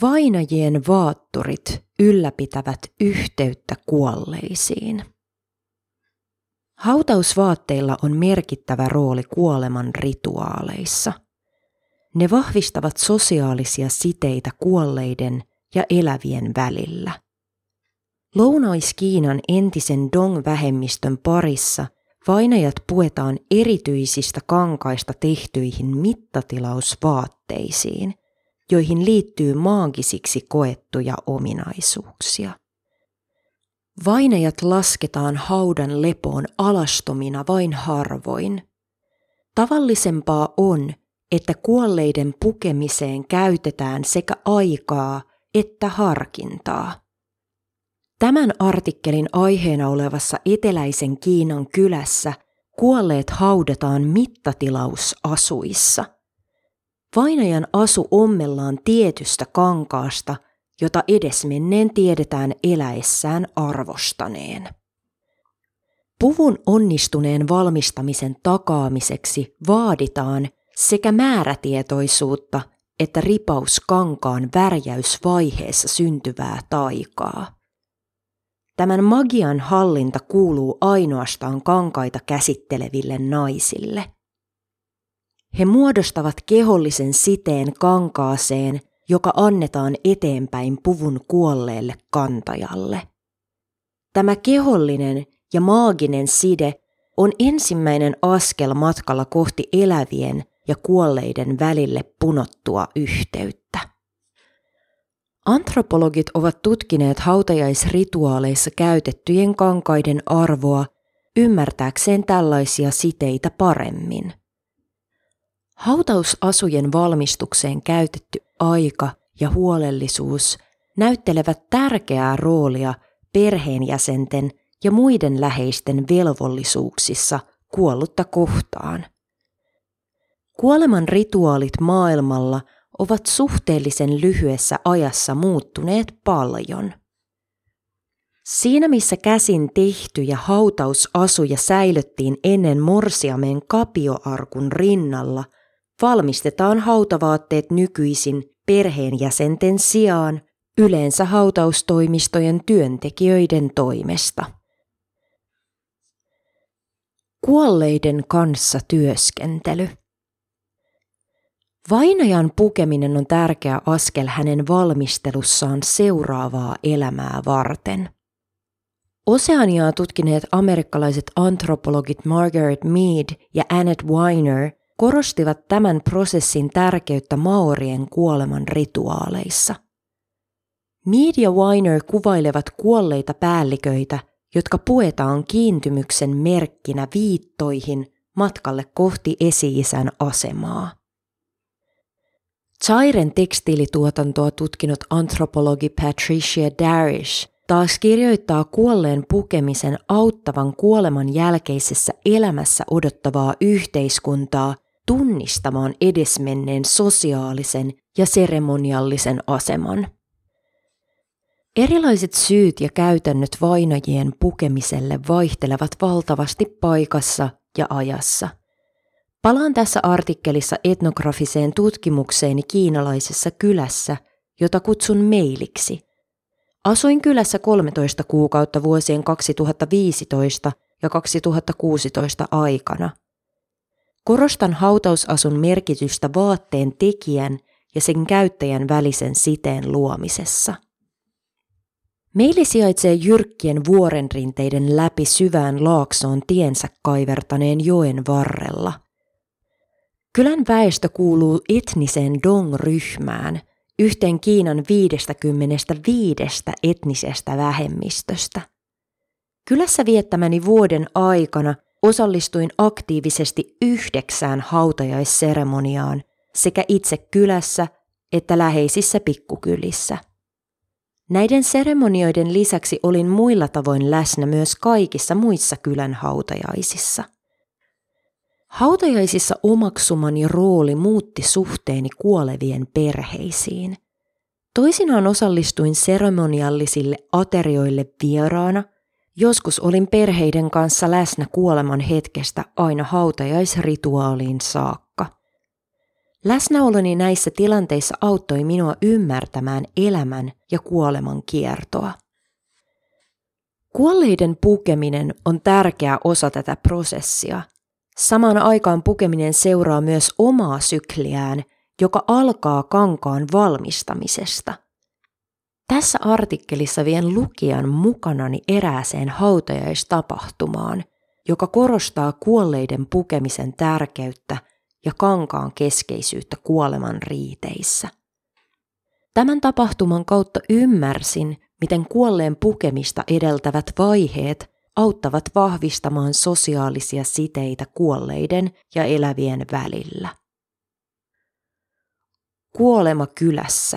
Vainajien vaatturit ylläpitävät yhteyttä kuolleisiin. Hautausvaatteilla on merkittävä rooli kuoleman rituaaleissa. Ne vahvistavat sosiaalisia siteitä kuolleiden ja elävien välillä. Lounais-Kiinan entisen Dong-vähemmistön parissa vainajat puetaan erityisistä kankaista tehtyihin mittatilausvaatteisiin, joihin liittyy maagisiksi koettuja ominaisuuksia. Vainajat lasketaan haudan lepoon alastomina vain harvoin. Tavallisempaa on, että kuolleiden pukemiseen käytetään sekä aikaa että harkintaa. Tämän artikkelin aiheena olevassa eteläisen Kiinan kylässä kuolleet haudataan mittatilausasuissa. Vainajan asu ommellaan tietystä kankaasta, jota edesmenneen tiedetään eläessään arvostaneen. Puvun onnistuneen valmistamisen takaamiseksi vaaditaan sekä määrätietoisuutta että ripaus kankaan värjäysvaiheessa syntyvää taikaa. Tämän magian hallinta kuuluu ainoastaan kankaita käsitteleville naisille. He muodostavat kehollisen siteen kankaaseen, joka annetaan eteenpäin puvun kuolleelle kantajalle. Tämä kehollinen ja maaginen side on ensimmäinen askel matkalla kohti elävien ja kuolleiden välille punottua yhteyttä. Antropologit ovat tutkineet hautajaisrituaaleissa käytettyjen kankaiden arvoa ymmärtääkseen tällaisia siteitä paremmin. Hautausasujen valmistukseen käytetty aika ja huolellisuus näyttelevät tärkeää roolia perheenjäsenten ja muiden läheisten velvollisuuksissa kuollutta kohtaan. Kuoleman rituaalit maailmalla ovat suhteellisen lyhyessä ajassa muuttuneet paljon. Siinä missä käsin tehtyjä hautausasuja säilöttiin ennen morsiamen kapioarkun rinnalla, valmistetaan hautavaatteet nykyisin perheenjäsenten sijaan yleensä hautaustoimistojen työntekijöiden toimesta. Kuolleiden kanssa työskentely. Vainajan pukeminen on tärkeä askel hänen valmistelussaan seuraavaa elämää varten. Oseaniaa tutkineet amerikkalaiset antropologit Margaret Mead ja Annette Weiner korostivat tämän prosessin tärkeyttä maorien kuoleman rituaaleissa. Mead ja Weiner kuvailevat kuolleita päälliköitä, jotka puetaan kiintymyksen merkkinä viittoihin matkalle kohti esi-isän asemaa. Chairen tekstiilituotantoa tutkinut antropologi Patricia Darish taas kirjoittaa kuolleen pukemisen auttavan kuoleman jälkeisessä elämässä odottavaa yhteiskuntaa tunnistamaan edesmenneen sosiaalisen ja seremoniallisen aseman. Erilaiset syyt ja käytännöt vainajien pukemiselle vaihtelevat valtavasti paikassa ja ajassa. Palaan tässä artikkelissa etnografiseen tutkimukseeni kiinalaisessa kylässä, jota kutsun meiliksi. Asuin kylässä 13 kuukautta vuosien 2015 ja 2016 aikana. Korostan hautausasun merkitystä vaatteen tekijän ja sen käyttäjän välisen siteen luomisessa. Meili sijaitsee jyrkkien vuorenrinteiden läpi syvään laaksoon tiensä kaivertaneen joen varrella. Kylän väestö kuuluu etniseen Dong-ryhmään, yhteen Kiinan 55 etnisestä vähemmistöstä. Kylässä viettämäni vuoden aikana osallistuin aktiivisesti 9 hautajaisseremoniaan sekä itse kylässä että läheisissä pikkukylissä. Näiden seremonioiden lisäksi olin muilla tavoin läsnä myös kaikissa muissa kylän hautajaisissa. Hautajaisissa omaksumani rooli muutti suhteeni kuolevien perheisiin. Toisinaan osallistuin seremoniallisille aterioille vieraana, joskus olin perheiden kanssa läsnä kuoleman hetkestä aina hautajaisrituaaliin saakka. Läsnäoloni näissä tilanteissa auttoi minua ymmärtämään elämän ja kuoleman kiertoa. Kuolleiden pukeminen on tärkeä osa tätä prosessia. Samaan aikaan pukeminen seuraa myös omaa sykliään, joka alkaa kankaan valmistamisesta. Tässä artikkelissa vien lukijan mukanani erääseen hautajaistapahtumaan, joka korostaa kuolleiden pukemisen tärkeyttä ja kankaan keskeisyyttä kuoleman riiteissä. Tämän tapahtuman kautta ymmärsin, miten kuolleen pukemista edeltävät vaiheet auttavat vahvistamaan sosiaalisia siteitä kuolleiden ja elävien välillä. Kuolema kylässä.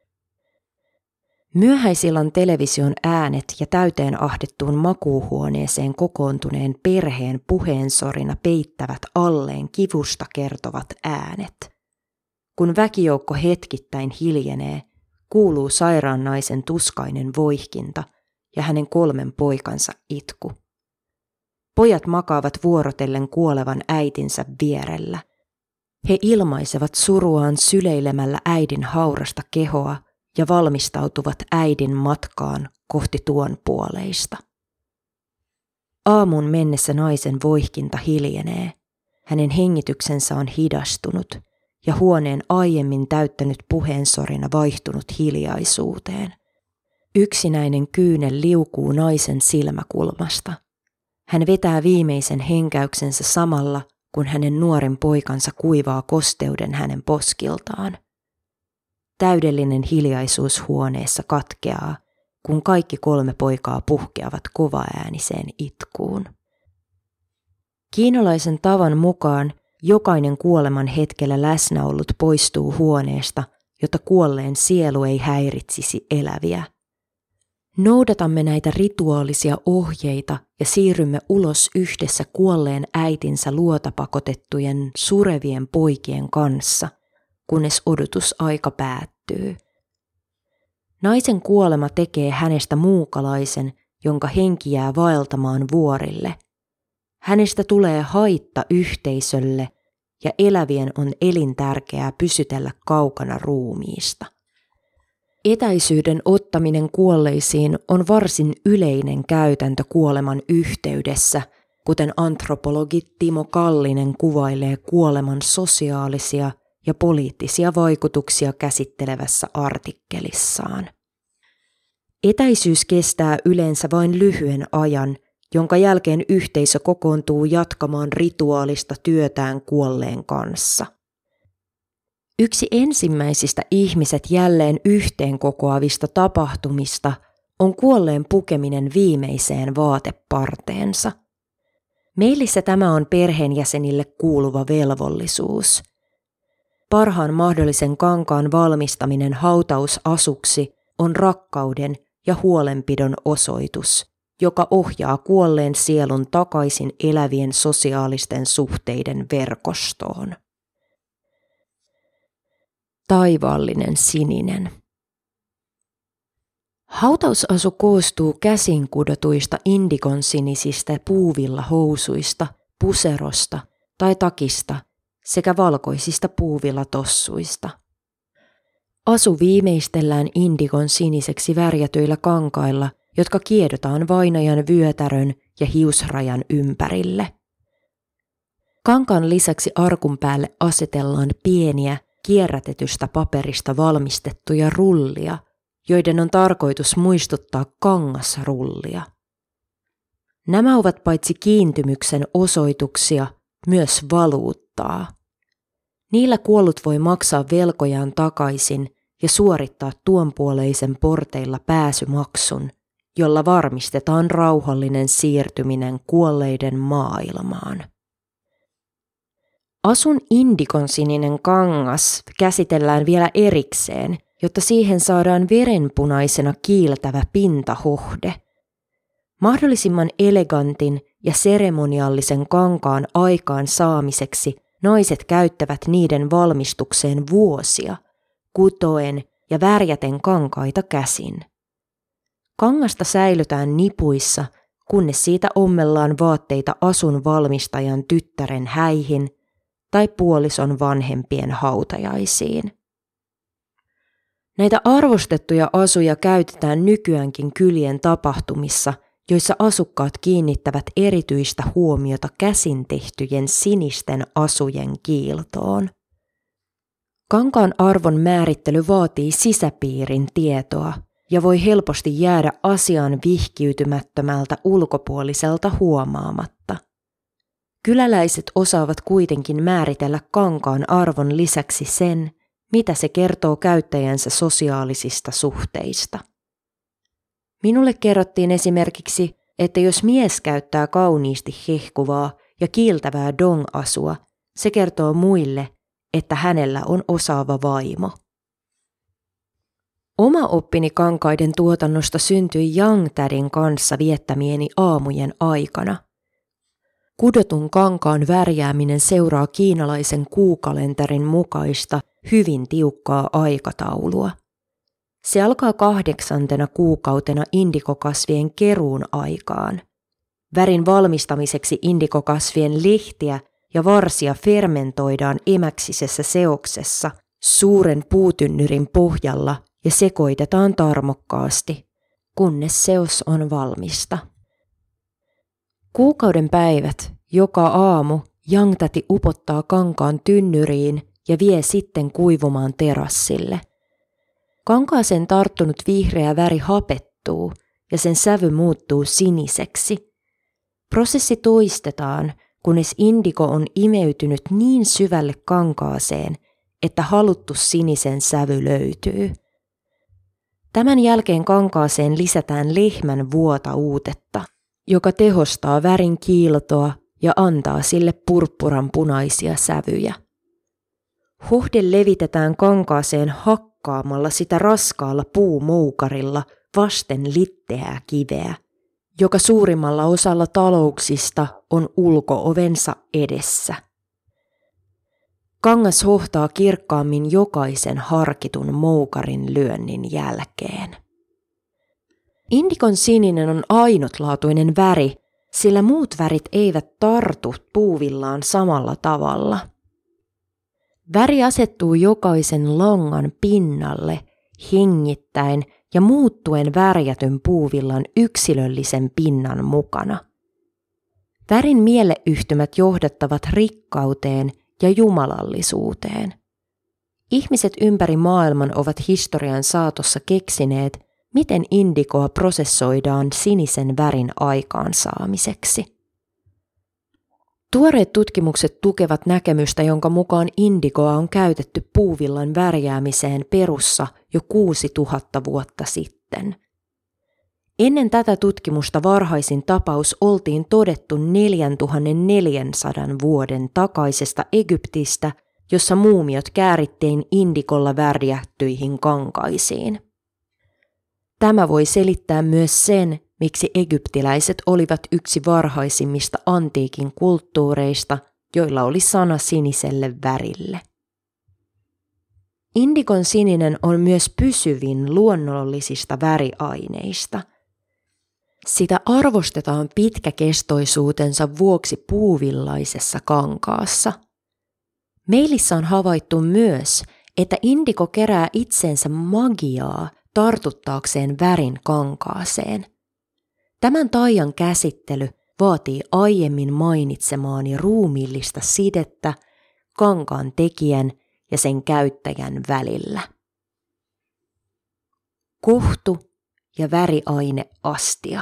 Myöhäisillan television äänet ja täyteen ahdettuun makuuhuoneeseen kokoontuneen perheen puheensorina peittävät alleen kivusta kertovat äänet. Kun väkijoukko hetkittäin hiljenee, kuuluu sairaan naisen tuskainen voihkinta ja hänen 3 poikansa itku. Pojat makaavat vuorotellen kuolevan äitinsä vierellä. He ilmaisevat suruaan syleilemällä äidin haurasta kehoa ja valmistautuvat äidin matkaan kohti tuon puoleista. Aamun mennessä naisen voihkinta hiljenee. Hänen hengityksensä on hidastunut ja huoneen aiemmin täyttänyt puheensorina vaihtunut hiljaisuuteen. Yksinäinen kyynel liukuu naisen silmäkulmasta. Hän vetää viimeisen henkäyksensä samalla, kun hänen nuoren poikansa kuivaa kosteuden hänen poskiltaan. Täydellinen hiljaisuus huoneessa katkeaa, kun kaikki 3 poikaa puhkeavat kovaääniseen itkuun. Kiinalaisen tavan mukaan jokainen kuoleman hetkellä läsnä ollut poistuu huoneesta, jotta kuolleen sielu ei häiritsisi eläviä. Noudatamme näitä rituaalisia ohjeita ja siirrymme ulos yhdessä kuolleen äitinsä luota pakotettujen surevien poikien kanssa, kunnes odotusaika päättyy. Naisen kuolema tekee hänestä muukalaisen, jonka henki jää vaeltamaan vuorille. Hänestä tulee haitta yhteisölle ja elävien on elintärkeää pysytellä kaukana ruumiista. Etäisyyden ottaminen kuolleisiin on varsin yleinen käytäntö kuoleman yhteydessä, kuten antropologi Timo Kallinen kuvailee kuoleman sosiaalisia ja poliittisia vaikutuksia käsittelevässä artikkelissaan. Etäisyys kestää yleensä vain lyhyen ajan, jonka jälkeen yhteisö kokoontuu jatkamaan rituaalista työtään kuolleen kanssa. Yksi ensimmäisistä ihmiset jälleen yhteen kokoavista tapahtumista on kuolleen pukeminen viimeiseen vaateparteensa. Meillissä tämä on perheenjäsenille kuuluva velvollisuus. Parhaan mahdollisen kankaan valmistaminen hautausasuksi on rakkauden ja huolenpidon osoitus, joka ohjaa kuolleen sielun takaisin elävien sosiaalisten suhteiden verkostoon. Taivaallinen sininen. Hautausasu koostuu käsin kudotuista indigonsinisistä puuvillahousuista, puserosta tai takista sekä valkoisista puuvillatossuista. Asu viimeistellään indigon siniseksi värjätyillä kankailla, jotka kiedotaan vainajan vyötärön ja hiusrajan ympärille. Kankaan lisäksi arkun päälle asetellaan pieniä, kierrätetystä paperista valmistettuja rullia, joiden on tarkoitus muistuttaa kangasrullia. Nämä ovat paitsi kiintymyksen osoituksia, myös valuuttaa. Niillä kuollut voi maksaa velkojaan takaisin ja suorittaa tuonpuoleisen porteilla pääsymaksun, jolla varmistetaan rauhallinen siirtyminen kuolleiden maailmaan. Asun indigonsininen kangas käsitellään vielä erikseen, jotta siihen saadaan verenpunaisena kiiltävä pintahohde. Mahdollisimman elegantin ja seremoniallisen kankaan aikaan saamiseksi naiset käyttävät niiden valmistukseen vuosia, kutoen ja värjäten kankaita käsin. Kangasta säilytään nipuissa, kunnes siitä ommellaan vaatteita asun valmistajan tyttären häihin tai puolison vanhempien hautajaisiin. Näitä arvostettuja asuja käytetään nykyäänkin kylien tapahtumissa, joissa asukkaat kiinnittävät erityistä huomiota käsin tehtyjen sinisten asujen kiiltoon. Kankaan arvon määrittely vaatii sisäpiirin tietoa ja voi helposti jäädä asiaan vihkiytymättömältä ulkopuoliselta huomaamatta. Kyläläiset osaavat kuitenkin määritellä kankaan arvon lisäksi sen, mitä se kertoo käyttäjänsä sosiaalisista suhteista. Minulle kerrottiin esimerkiksi, että jos mies käyttää kauniisti hehkuvaa ja kiiltävää dong-asua, se kertoo muille, että hänellä on osaava vaimo. Oma oppini kankaiden tuotannosta syntyi Yang tädin kanssa viettämieni aamujen aikana. Kudotun kankaan värjääminen seuraa kiinalaisen kuukalenterin mukaista hyvin tiukkaa aikataulua. Se alkaa 8. kuukautena indikokasvien keruun aikaan. Värin valmistamiseksi indikokasvien lehtiä ja varsia fermentoidaan emäksisessä seoksessa suuren puutynnyrin pohjalla ja sekoitetaan tarmokkaasti, kunnes seos on valmista. Kuukauden päivät joka aamu Yang-täti upottaa kankaan tynnyriin ja vie sitten kuivumaan terassille. Kankaaseen tarttunut vihreä väri hapettuu ja sen sävy muuttuu siniseksi. Prosessi toistetaan, kunnes indiko on imeytynyt niin syvälle kankaaseen, että haluttu sinisen sävy löytyy. Tämän jälkeen kankaaseen lisätään lehmän vuotauutetta, joka tehostaa värin kiiltoa ja antaa sille purppuran punaisia sävyjä. Hohde levitetään kankaaseen hakkaamalla sitä raskaalla puumoukarilla vasten litteää kiveä, joka suurimmalla osalla talouksista on ulko-ovensa edessä. Kangas hohtaa kirkkaammin jokaisen harkitun moukarin lyönnin jälkeen. Indikon sininen on ainutlaatuinen väri, sillä muut värit eivät tartu puuvillaan samalla tavalla. Väri asettuu jokaisen langan pinnalle hengittäen ja muuttuen värjätyn puuvillan yksilöllisen pinnan mukana. Värin mieleyhtymät johdattavat rikkauteen ja jumalallisuuteen. Ihmiset ympäri maailman ovat historian saatossa keksineet, miten indikoa prosessoidaan sinisen värin aikaansaamiseksi. Tuoreet tutkimukset tukevat näkemystä, jonka mukaan indikoa on käytetty puuvillan värjäämiseen Perussa jo 6000 vuotta sitten. Ennen tätä tutkimusta varhaisin tapaus oltiin todettu 4400 vuoden takaisesta Egyptistä, jossa muumiot käärittiin indikolla värjähtyihin kankaisiin. Tämä voi selittää myös sen, miksi egyptiläiset olivat yksi varhaisimmista antiikin kulttuureista, joilla oli sana siniselle värille. Indikon sininen on myös pysyvin luonnollisista väriaineista. Sitä arvostetaan pitkäkestoisuutensa vuoksi puuvillaisessa kankaassa. Meilissä on havaittu myös, että indiko kerää itseensä magiaa tartuttaakseen värin kankaaseen. Tämän taian käsittely vaatii aiemmin mainitsemaani ruumiillista sidettä kankaan tekijän ja sen käyttäjän välillä. Kohtu ja väriaineastia.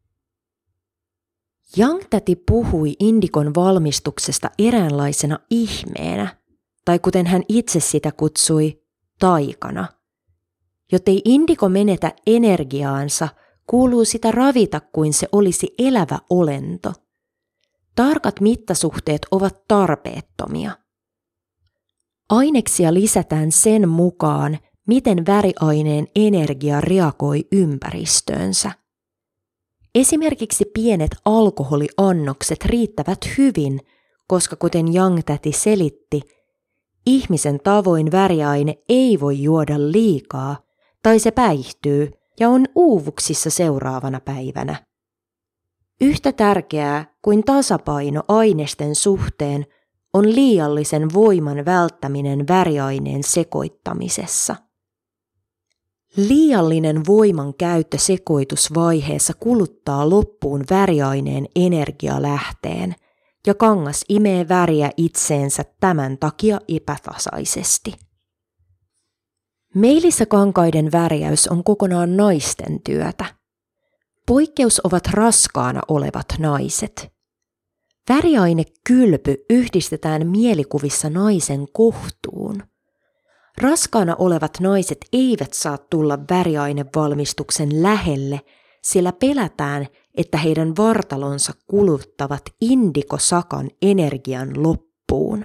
Yang-täti puhui indikon valmistuksesta eräänlaisena ihmeenä, tai kuten hän itse sitä kutsui, taikana. Jottei indiko menetä energiaansa, kuuluu sitä ravita kuin se olisi elävä olento. Tarkat mittasuhteet ovat tarpeettomia. Aineksia lisätään sen mukaan, miten väriaineen energia reagoi ympäristöönsä. Esimerkiksi pienet alkoholiannokset riittävät hyvin, koska kuten Yang-täti selitti, ihmisen tavoin väriaine ei voi juoda liikaa tai se päihtyy ja on uuvuksissa seuraavana päivänä. Yhtä tärkeää kuin tasapaino ainesten suhteen on liiallisen voiman välttäminen väriaineen sekoittamisessa. Liiallinen voiman käyttö sekoitusvaiheessa kuluttaa loppuun väriaineen energialähteen, ja kangas imee väriä itseensä tämän takia epätasaisesti. Meilisäkankaiden värjäys on kokonaan naisten työtä. Poikkeus ovat raskaana olevat naiset. Väriainekylpy yhdistetään mielikuvissa naisen kohtuun. Raskaana olevat naiset eivät saa tulla väriainevalmistuksen lähelle, sillä pelätään, että heidän vartalonsa kuluttavat indikosakan energian loppuun.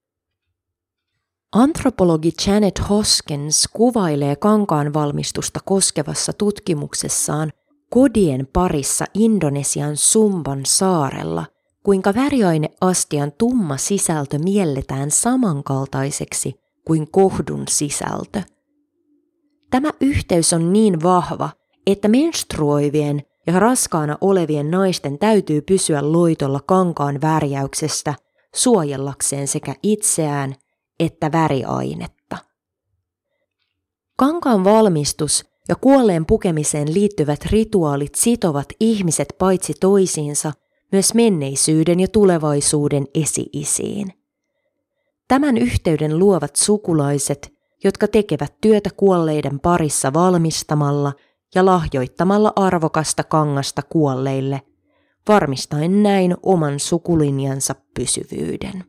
Antropologi Janet Hoskins kuvailee kankaan valmistusta koskevassa tutkimuksessaan kodien parissa Indonesian Sumban saarella, kuinka väriaineastian tumma sisältö mielletään samankaltaiseksi kuin kohdun sisältö. Tämä yhteys on niin vahva, että menstruoivien ja raskaana olevien naisten täytyy pysyä loitolla kankaan värjäyksestä suojellakseen sekä itseään että väriainetta. Kankaan valmistus ja kuolleen pukemiseen liittyvät rituaalit sitovat ihmiset paitsi toisiinsa, myös menneisyyden ja tulevaisuuden esi-isiin. Tämän yhteyden luovat sukulaiset, jotka tekevät työtä kuolleiden parissa valmistamalla ja lahjoittamalla arvokasta kangasta kuolleille, varmistaen näin oman sukulinjansa pysyvyyden.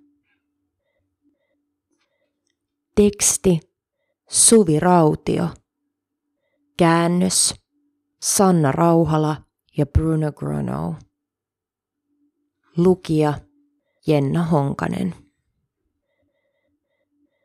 Teksti Suvi Rautio. Käännös Sanna Rauhala ja Bruno Gronow. Lukija Jenna Honkanen.